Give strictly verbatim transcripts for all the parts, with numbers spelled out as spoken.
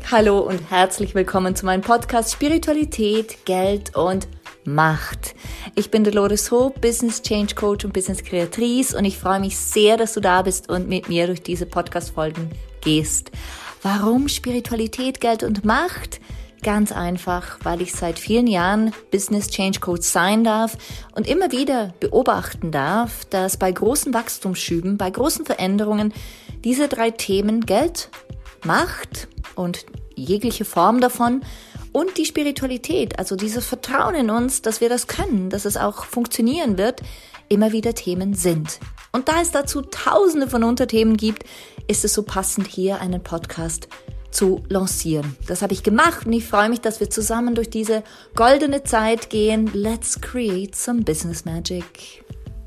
Hallo und herzlich willkommen zu meinem Podcast Spiritualität, Geld und Macht. Ich bin Dolores Ho, Business Change Coach und Business Kreatrice und ich freue mich sehr, dass du da bist und mit mir durch diese Podcast-Folgen gehst. Warum Spiritualität, Geld und Macht? Ganz einfach, weil ich seit vielen Jahren Business Change Coach sein darf und immer wieder beobachten darf, dass bei großen Wachstumsschüben, bei großen Veränderungen diese drei Themen Geld, Macht und jegliche Form davon und die Spiritualität, also dieses Vertrauen in uns, dass wir das können, dass es auch funktionieren wird, immer wieder Themen sind. Und da es dazu tausende von Unterthemen gibt, ist es so passend, hier einen Podcast zu lancieren. Das habe ich gemacht und ich freue mich, dass wir zusammen durch diese goldene Zeit gehen. Let's create some business magic.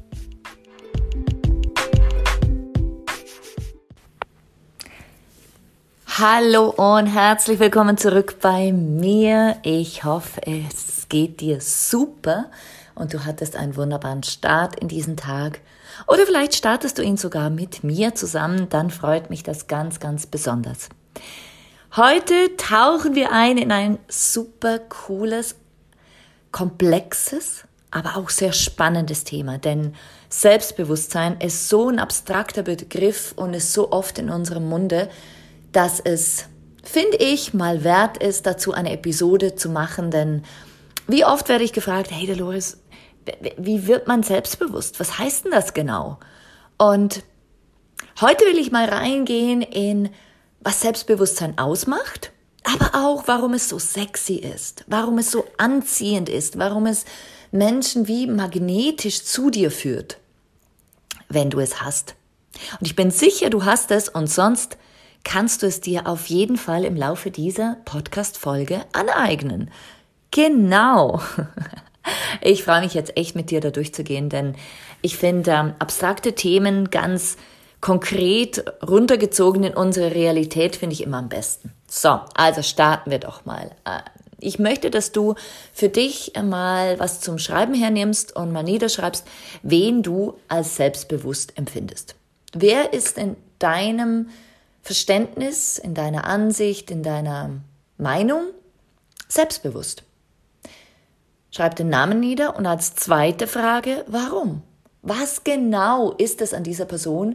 Hallo und herzlich willkommen zurück bei mir. Ich hoffe, es geht dir super und du hattest einen wunderbaren Start in diesen Tag. Oder vielleicht startest du ihn sogar mit mir zusammen, dann freut mich das ganz, ganz besonders. Heute tauchen wir ein in ein super cooles, komplexes, aber auch sehr spannendes Thema, denn Selbstbewusstsein ist so ein abstrakter Begriff und ist so oft in unserem Munde, dass es, finde ich, mal wert ist, dazu eine Episode zu machen, denn wie oft werde ich gefragt, hey Dolores, wie wird man selbstbewusst? Was heißt denn das genau? Und heute will ich mal reingehen in, was Selbstbewusstsein ausmacht, aber auch, warum es so sexy ist, warum es so anziehend ist, warum es Menschen wie magnetisch zu dir führt, wenn du es hast. Und ich bin sicher, du hast es und sonst kannst du es dir auf jeden Fall im Laufe dieser Podcast-Folge aneignen. Genau. Ich freue mich jetzt echt mit dir da durchzugehen, denn ich finde ähm, abstrakte Themen ganz konkret runtergezogen in unsere Realität finde ich immer am besten. So, also starten wir doch mal. Ich möchte, dass du für dich mal was zum Schreiben hernimmst und mal niederschreibst, wen du als selbstbewusst empfindest. Wer ist in deinem Verständnis, in deiner Ansicht, in deiner Meinung selbstbewusst? Schreib den Namen nieder und als zweite Frage, warum? Was genau ist es an dieser Person,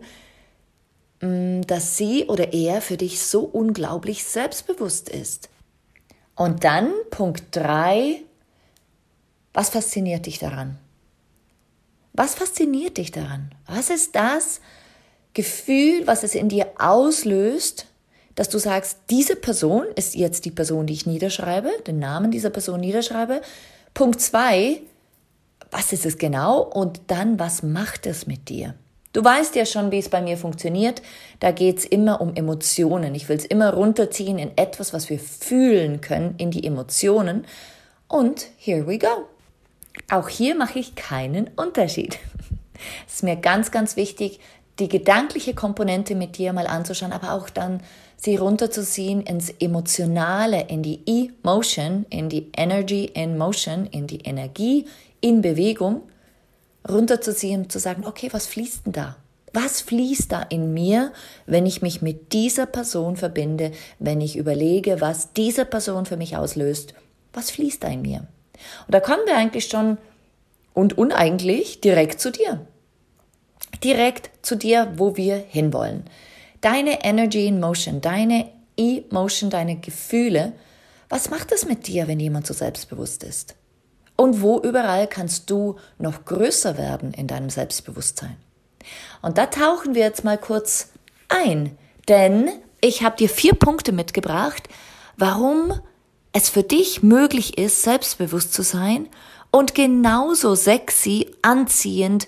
dass sie oder er für dich so unglaublich selbstbewusst ist? Und dann Punkt drei, was fasziniert dich daran? Was fasziniert dich daran? Was ist das Gefühl, was es in dir auslöst, dass du sagst, diese Person ist jetzt die Person, die ich niederschreibe, den Namen dieser Person niederschreibe. Punkt zwei, was ist es genau? Und dann, was macht es mit dir? Du weißt ja schon, wie es bei mir funktioniert. Da geht es immer um Emotionen. Ich will es immer runterziehen in etwas, was wir fühlen können, in die Emotionen. Und here we go. Auch hier mache ich keinen Unterschied. Es ist mir ganz, ganz wichtig, die gedankliche Komponente mit dir mal anzuschauen, aber auch dann sie runterzuziehen ins Emotionale, in die Emotion, in die Energy in Motion, in die Energie in Bewegung, runterzuziehen und zu sagen, okay, was fließt denn da? Was fließt da in mir, wenn ich mich mit dieser Person verbinde, wenn ich überlege, was diese Person für mich auslöst? Was fließt da in mir? Und da kommen wir eigentlich schon und uneigentlich direkt zu dir. Direkt zu dir, wo wir hinwollen. Deine Energy in Motion, deine Emotion, deine Gefühle, was macht es mit dir, wenn jemand so selbstbewusst ist? Und wo überall kannst du noch größer werden in deinem Selbstbewusstsein? Und da tauchen wir jetzt mal kurz ein, denn ich habe dir vier Punkte mitgebracht, warum es für dich möglich ist, selbstbewusst zu sein und genauso sexy, anziehend,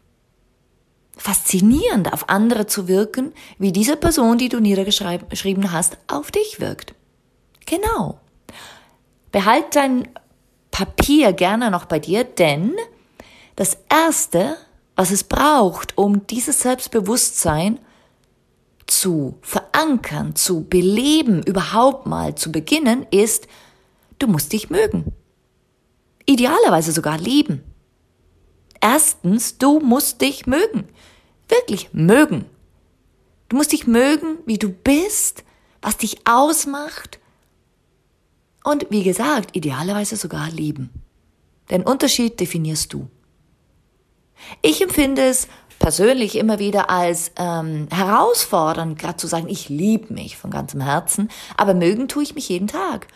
faszinierend auf andere zu wirken, wie diese Person, die du niedergeschrieben hast, auf dich wirkt. Genau. Behalt dein Papier gerne noch bei dir, denn das Erste, was es braucht, um dieses Selbstbewusstsein zu verankern, zu beleben, überhaupt mal zu beginnen, ist, du musst dich mögen. Idealerweise sogar lieben. Erstens, du musst dich mögen. Wirklich mögen. Du musst dich mögen, wie du bist, was dich ausmacht, Und wie gesagt, idealerweise sogar lieben. Den Unterschied definierst du. Ich empfinde es persönlich immer wieder als ähm, herausfordernd, gerade zu sagen, ich liebe mich von ganzem Herzen, aber mögen tue ich mich jeden Tag.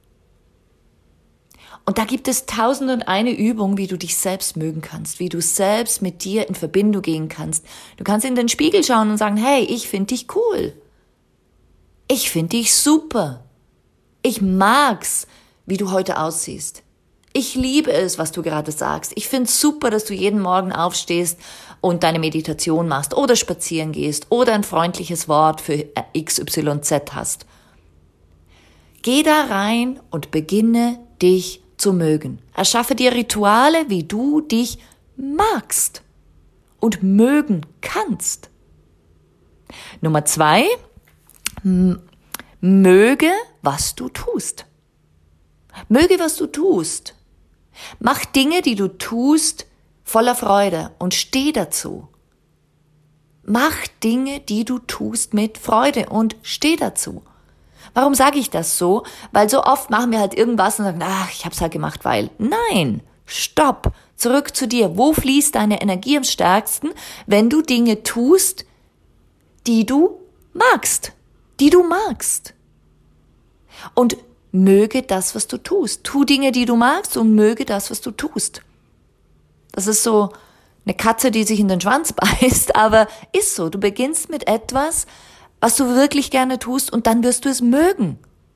Und da gibt es tausend und eine Übung, wie du dich selbst mögen kannst, wie du selbst mit dir in Verbindung gehen kannst. Du kannst in den Spiegel schauen und sagen, hey, ich finde dich cool. Ich finde dich super. Ich mag's, wie du heute aussiehst. Ich liebe es, was du gerade sagst. Ich finde es super, dass du jeden Morgen aufstehst und deine Meditation machst oder spazieren gehst oder ein freundliches Wort für X Y Z hast. Geh da rein und beginne dich zu mögen. Erschaffe dir Rituale, wie du dich magst und mögen kannst. Nummer zwei, m- möge, was du tust. Möge, was du tust. Mach Dinge, die du tust, voller Freude und steh dazu. Mach Dinge, die du tust, mit Freude und steh dazu. Warum sage ich das so? Weil so oft machen wir halt irgendwas und sagen, ach, ich hab's halt gemacht, weil. Nein, stopp, zurück zu dir. Wo fließt deine Energie am stärksten, wenn du Dinge tust, die du magst, die du magst? Und möge das, was du tust. Tu Dinge, die du magst und möge das, was du tust. Das ist so eine Katze, die sich in den Schwanz beißt, aber ist so. Du beginnst mit etwas, was du wirklich gerne tust und dann wirst du es mögen.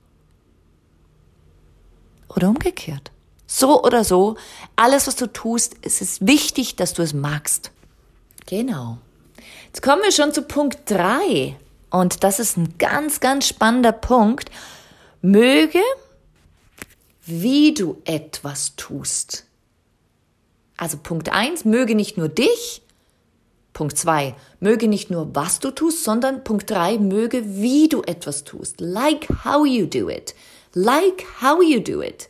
Oder umgekehrt. So oder so, alles, was du tust, es ist wichtig, dass du es magst. Genau. Jetzt kommen wir schon zu Punkt drei. Und das ist ein ganz, ganz spannender Punkt. Möge, wie du etwas tust. Also Punkt eins, möge nicht nur dich. Punkt zwei, möge nicht nur was du tust, sondern Punkt drei, möge wie du etwas tust. Like how you do it. Like how you do it.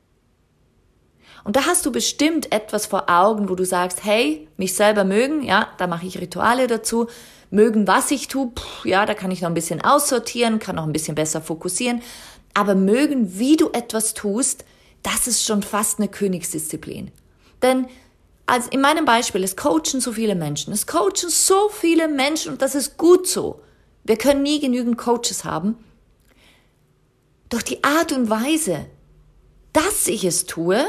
Und da hast du bestimmt etwas vor Augen, wo du sagst, hey, mich selber mögen, ja, da mache ich Rituale dazu. Mögen, was ich tue, pff, ja, da kann ich noch ein bisschen aussortieren, kann noch ein bisschen besser fokussieren. Aber mögen, wie du etwas tust, das ist schon fast eine Königsdisziplin. Denn als in meinem Beispiel, es coachen so viele Menschen. Es coachen so viele Menschen und das ist gut so. Wir können nie genügend Coaches haben. Doch die Art und Weise, dass ich es tue,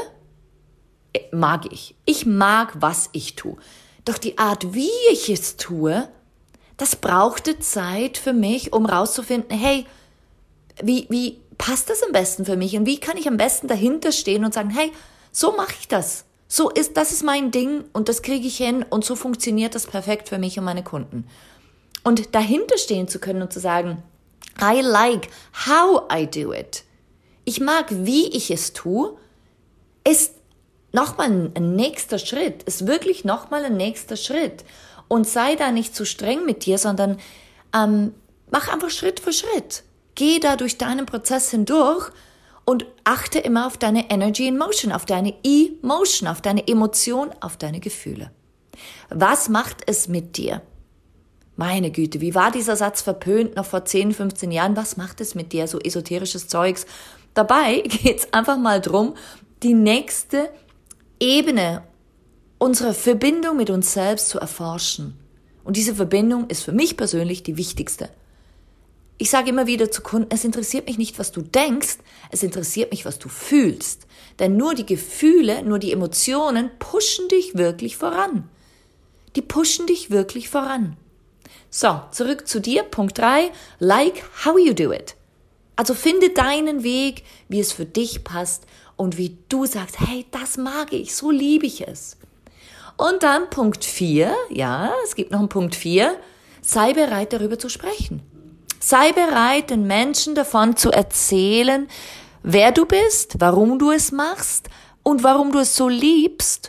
mag ich. Ich mag, was ich tue. Doch die Art, wie ich es tue, das brauchte Zeit für mich, um rauszufinden, hey, wie, wie passt das am besten für mich und wie kann ich am besten dahinter stehen und sagen, hey, so mache ich das. So ist, das ist mein Ding und das kriege ich hin und so funktioniert das perfekt für mich und meine Kunden. Und dahinter stehen zu können und zu sagen, I like how I do it. Ich mag, wie ich es tue, ist nochmal ein nächster Schritt, ist wirklich nochmal ein nächster Schritt. Und sei da nicht zu streng mit dir, sondern ähm, mach einfach Schritt für Schritt. Geh da durch deinen Prozess hindurch und achte immer auf deine Energy in Motion, auf deine Emotion, auf deine Emotion, auf deine Gefühle. Was macht es mit dir? Meine Güte, wie war dieser Satz verpönt noch vor zehn, fünfzehn Jahren? Was macht es mit dir, so esoterisches Zeugs? Dabei geht's einfach mal drum, die nächste Ebene unserer Verbindung mit uns selbst zu erforschen. Und diese Verbindung ist für mich persönlich die wichtigste. Ich sage immer wieder zu Kunden, es interessiert mich nicht, was du denkst, es interessiert mich, was du fühlst. Denn nur die Gefühle, nur die Emotionen pushen dich wirklich voran. Die pushen dich wirklich voran. So, zurück zu dir. Punkt drei. Like how you do it. Also finde deinen Weg, wie es für dich passt und wie du sagst, hey, das mag ich, so liebe ich es. Und dann Punkt vier. Ja, es gibt noch einen Punkt vier. Sei bereit, darüber zu sprechen. Sei bereit, den Menschen davon zu erzählen, wer du bist, warum du es machst und warum du es so liebst.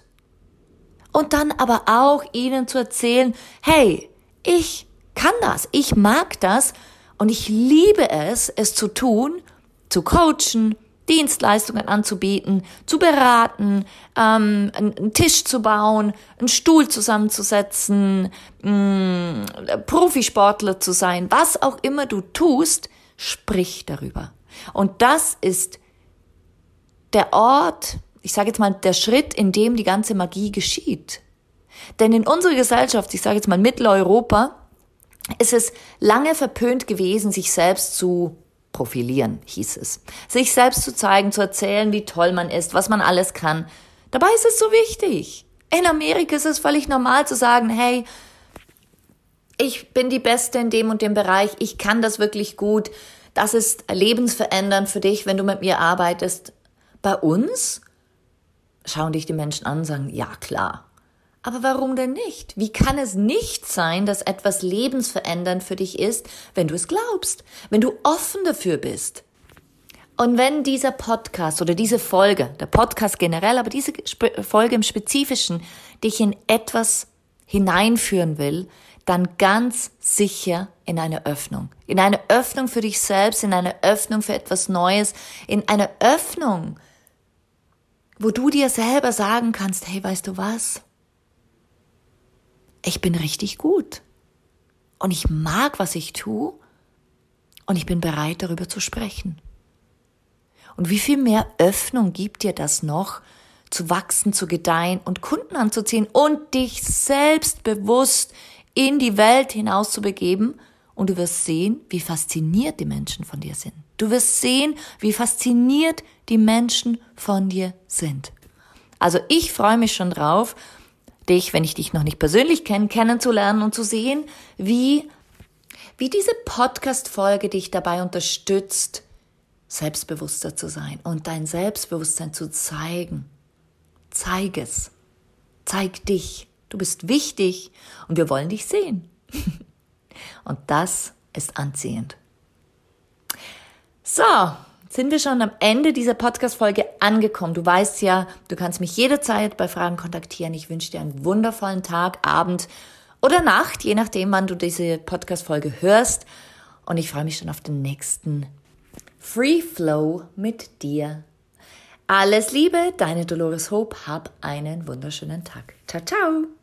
Und dann aber auch ihnen zu erzählen, hey, ich kann das, ich mag das und ich liebe es, es zu tun, zu coachen, Dienstleistungen anzubieten, zu beraten, ähm, einen Tisch zu bauen, einen Stuhl zusammenzusetzen, mh, Profisportler zu sein, was auch immer du tust, sprich darüber. Und das ist der Ort, ich sage jetzt mal, der Schritt, in dem die ganze Magie geschieht. Denn in unserer Gesellschaft, ich sage jetzt mal Mitteleuropa, ist es lange verpönt gewesen, sich selbst zu profilieren, hieß es. Sich selbst zu zeigen, zu erzählen, wie toll man ist, was man alles kann. Dabei ist es so wichtig. In Amerika ist es völlig normal zu sagen, hey, ich bin die Beste in dem und dem Bereich, ich kann das wirklich gut. Das ist lebensverändernd für dich, wenn du mit mir arbeitest. Bei uns schauen dich die Menschen an und sagen, ja klar. Aber warum denn nicht? Wie kann es nicht sein, dass etwas lebensverändernd für dich ist, wenn du es glaubst, wenn du offen dafür bist? Und wenn dieser Podcast oder diese Folge, der Podcast generell, aber diese Folge im Spezifischen, dich in etwas hineinführen will, dann ganz sicher in eine Öffnung. In eine Öffnung für dich selbst, in eine Öffnung für etwas Neues, in eine Öffnung, wo du dir selber sagen kannst, hey, weißt du was? Ich bin richtig gut und ich mag, was ich tue und ich bin bereit, darüber zu sprechen. Und wie viel mehr Öffnung gibt dir das noch, zu wachsen, zu gedeihen und Kunden anzuziehen und dich selbstbewusst in die Welt hinaus zu begeben, und du wirst sehen, wie fasziniert die Menschen von dir sind. Du wirst sehen, wie fasziniert die Menschen von dir sind. Also ich freue mich schon drauf, dich, wenn ich dich noch nicht persönlich kenne, kennenzulernen und zu sehen, wie, wie diese Podcast-Folge dich dabei unterstützt, selbstbewusster zu sein und dein Selbstbewusstsein zu zeigen. Zeig es. Zeig dich. Du bist wichtig und wir wollen dich sehen. Und das ist anziehend. So, sind wir schon am Ende dieser Podcast-Folge angekommen. Du weißt ja, du kannst mich jederzeit bei Fragen kontaktieren. Ich wünsche dir einen wundervollen Tag, Abend oder Nacht, je nachdem, wann du diese Podcast-Folge hörst. Und ich freue mich schon auf den nächsten Free Flow mit dir. Alles Liebe, deine Dolores Hope. Hab einen wunderschönen Tag. Ciao, ciao.